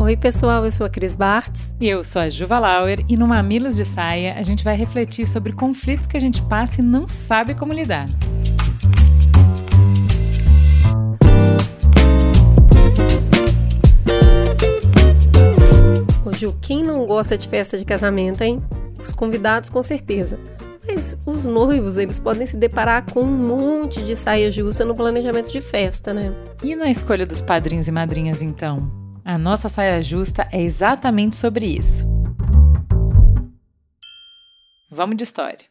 Oi pessoal, eu sou a Cris Bartz. E eu sou a Juva Lauer e no Mamilos de Saia a gente vai refletir sobre conflitos que a gente passa e não sabe como lidar. Ô Ju, quem não gosta de festa de casamento, hein? Os convidados com certeza. Mas os noivos, eles podem se deparar com um monte de saia justa no planejamento de festa, né? E na escolha dos padrinhos e madrinhas, então? A nossa saia justa é exatamente sobre isso. Vamos de história.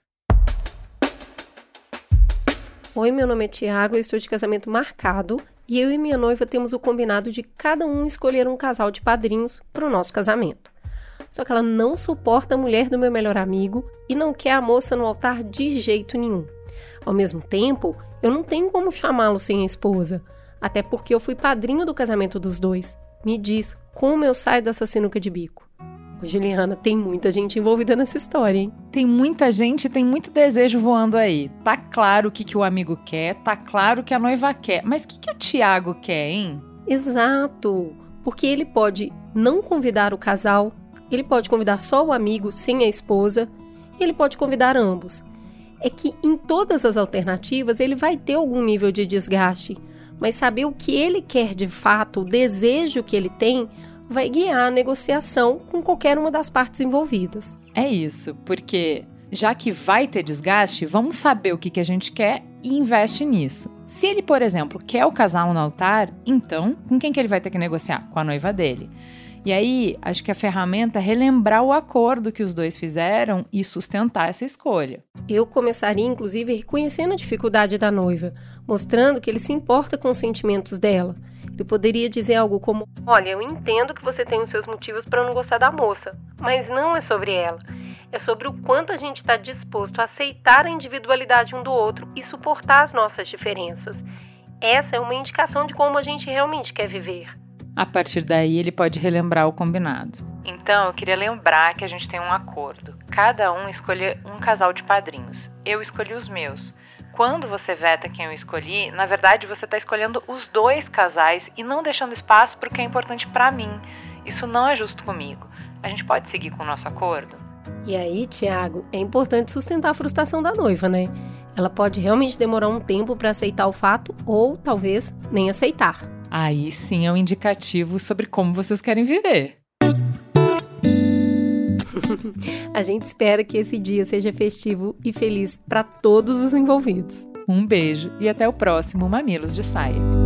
Oi, meu nome é Tiago, eu estou de casamento marcado e eu e minha noiva temos o combinado de cada um escolher um casal de padrinhos para o nosso casamento. Só que ela não suporta a mulher do meu melhor amigo e não quer a moça no altar de jeito nenhum. Ao mesmo tempo, eu não tenho como chamá-lo sem a esposa, até porque eu fui padrinho do casamento dos dois. Me diz, como eu saio dessa sinuca de bico? Ô, Juliana, tem muita gente envolvida nessa história, hein? Tem muita gente e tem muito desejo voando aí. Tá claro o que o amigo quer, tá claro o que a noiva quer. Mas o que o Tiago quer, hein? Exato, porque ele pode não convidar o casal, ele pode convidar só o amigo sem a esposa, e ele pode convidar ambos. É que em todas as alternativas ele vai ter algum nível de desgaste, mas saber o que ele quer de fato, o desejo que ele tem, vai guiar a negociação com qualquer uma das partes envolvidas. É isso, porque já que vai ter desgaste, vamos saber o que a gente quer e investe nisso. Se ele, por exemplo, quer o casal no altar, então, com quem que ele vai ter que negociar? Com a noiva dele. E aí, acho que a ferramenta é relembrar o acordo que os dois fizeram e sustentar essa escolha. Eu começaria, inclusive, reconhecendo a dificuldade da noiva, mostrando que ele se importa com os sentimentos dela. Ele poderia dizer algo como: olha, eu entendo que você tem os seus motivos para não gostar da moça, mas não é sobre ela. É sobre o quanto a gente está disposto a aceitar a individualidade um do outro e suportar as nossas diferenças. Essa é uma indicação de como a gente realmente quer viver. A partir daí, ele pode relembrar o combinado. Então, eu queria lembrar que a gente tem um acordo. Cada um escolhe um casal de padrinhos. Eu escolhi os meus. Quando você veta quem eu escolhi, na verdade você está escolhendo os dois casais e não deixando espaço para o que é importante para mim. Isso não é justo comigo. A gente pode seguir com o nosso acordo? E aí, Tiago, é importante sustentar a frustração da noiva, né? Ela pode realmente demorar um tempo para aceitar o fato ou talvez nem aceitar. Aí sim é um indicativo sobre como vocês querem viver. A gente espera que esse dia seja festivo e feliz para todos os envolvidos. Um beijo e até o próximo Mamilos de Saia.